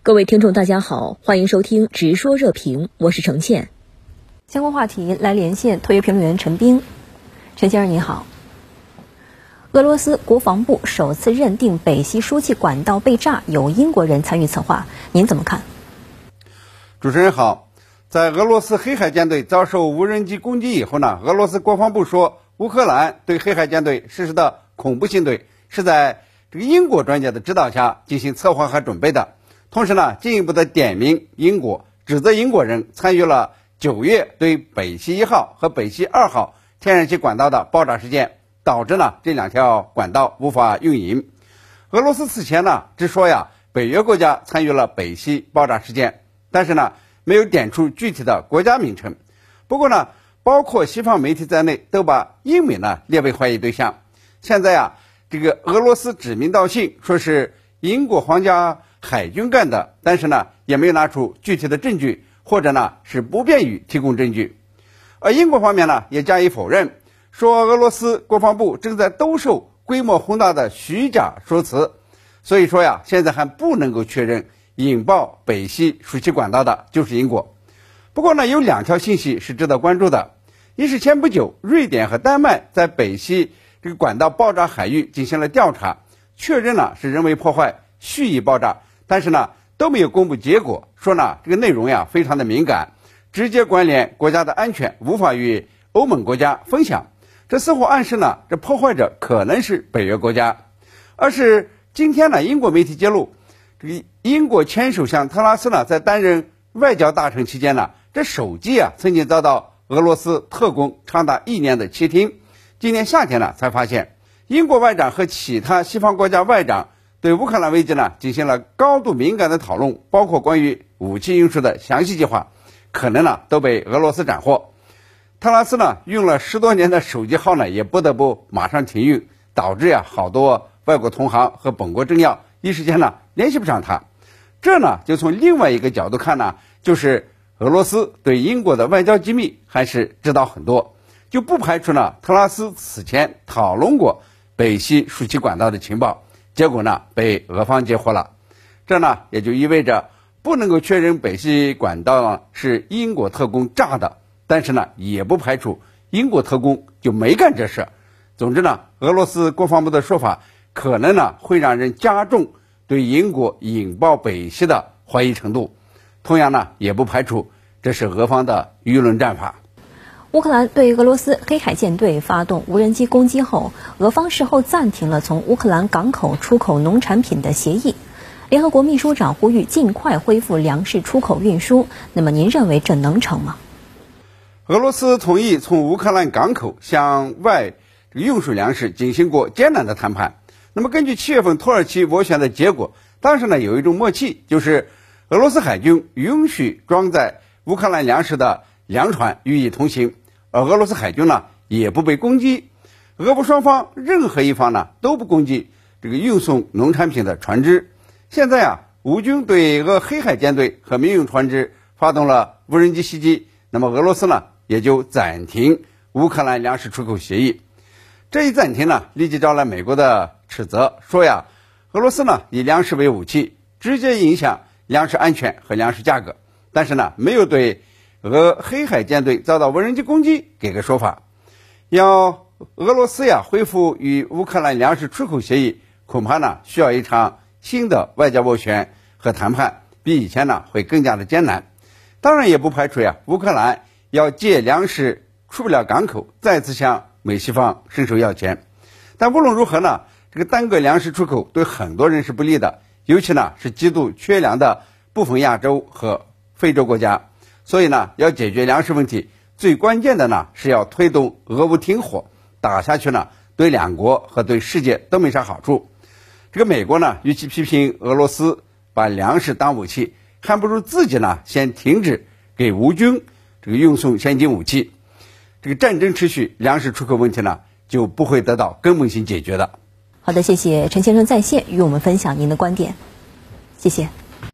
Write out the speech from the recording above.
各位听众大家好，欢迎收听直说热评，我是程倩。 相关话题来连线特约评论员陈斌。陈先生您好。俄罗斯国防部首次认定北溪输气管道被炸有英国人参与策划，您怎么看？ 主持人好。在俄罗斯黑海舰队遭受无人机攻击以后呢，俄罗斯国防部说乌克兰对黑海舰队实施的恐怖行为是在英国专家的指导下进行策划和准备的。同时呢，进一步的点名英国，指责英国人参与了9月对北溪1号和北溪2号天然气管道的爆炸事件，导致呢这两条管道无法运营。俄罗斯此前呢只说北约国家参与了北溪爆炸事件，但是呢没有点出具体的国家名称。不过呢，包括西方媒体在内都把英美呢列为怀疑对象。现在这个俄罗斯指名道姓说是英国皇家海军干的，但是呢也没有拿出具体的证据，或者呢是不便于提供证据。而英国方面呢也加以否认，说俄罗斯国防部正在兜售规模宏大的虚假说辞。所以说现在还不能够确认引爆北溪输气管道的就是英国。不过呢，有2条信息是值得关注的。一是前不久瑞典和丹麦在北溪这个管道爆炸海域进行了调查，确认了是人为破坏蓄意爆炸，但是呢都没有公布结果，说呢这个内容非常的敏感，直接关联国家的安全，无法与欧盟国家分享。这似乎暗示呢这破坏者可能是北约国家。而是今天呢英国媒体揭露，这个英国前首相特拉斯呢在担任外交大臣期间呢，这手机曾经遭到俄罗斯特工长达1年的窃听。今年夏天呢才发现，英国外长和其他西方国家外长对乌克兰危机呢进行了高度敏感的讨论，包括关于武器运输的详细计划，可能呢都被俄罗斯斩获。特拉斯呢用了10多年的手机号呢也不得不马上停运，导致好多外国同行和本国政要一时间呢联系不上他。这呢就从另外一个角度看呢，就是俄罗斯对英国的外交机密还是知道很多，就不排除呢特拉斯此前讨论过北溪输气管道的情报，结果呢被俄方截获了。这呢也就意味着不能够确认北溪管道是英国特工炸的，但是呢也不排除英国特工就没干这事。总之呢，俄罗斯国防部的说法可能呢会让人加重对英国引爆北溪的怀疑程度，同样呢也不排除这是俄方的舆论战法。 乌克兰对俄罗斯黑海舰队发动无人机攻击后，俄方事后暂停了从乌克兰港口出口农产品的协议。联合国秘书长呼吁尽快恢复粮食出口运输，那么您认为这能成吗？ 俄罗斯同意从乌克兰港口向外运输粮食进行过艰难的谈判。那么根据7月份土耳其斡旋的结果，当时呢有一种默契，就是俄罗斯海军允许装载乌克兰粮食的粮船予以通行，而俄罗斯海军呢也不被攻击。俄乌双方任何一方呢都不攻击这个运送农产品的船只。现在乌军对俄黑海舰队和民用船只发动了无人机袭击，那么俄罗斯呢也就暂停乌克兰粮食出口协议。这一暂停呢立即招来美国的斥责，说俄罗斯呢以粮食为武器，直接影响粮食安全和粮食价格，但是呢没有对俄黑海舰队遭到无人机攻击给个说法。要俄罗斯恢复与乌克兰粮食出口协议，恐怕呢需要一场新的外交斡旋和谈判，比以前呢会更加的艰难。当然也不排除乌克兰要借粮食出不了港口，再次向美西方伸手要钱。但无论如何呢，这个单个粮食出口对很多人是不利的，尤其呢是极度缺粮的部分亚洲和非洲国家。所以呢要解决粮食问题，最关键的呢是要推动俄乌停火，打下去呢对两国和对世界都没啥好处。这个美国呢与其批评俄罗斯把粮食当武器，还不如自己呢先停止给乌军这个运送先进武器。这个战争持续，粮食出口问题呢就不会得到根本性解决的。 好的，谢谢陈先生在线与我们分享您的观点，谢谢。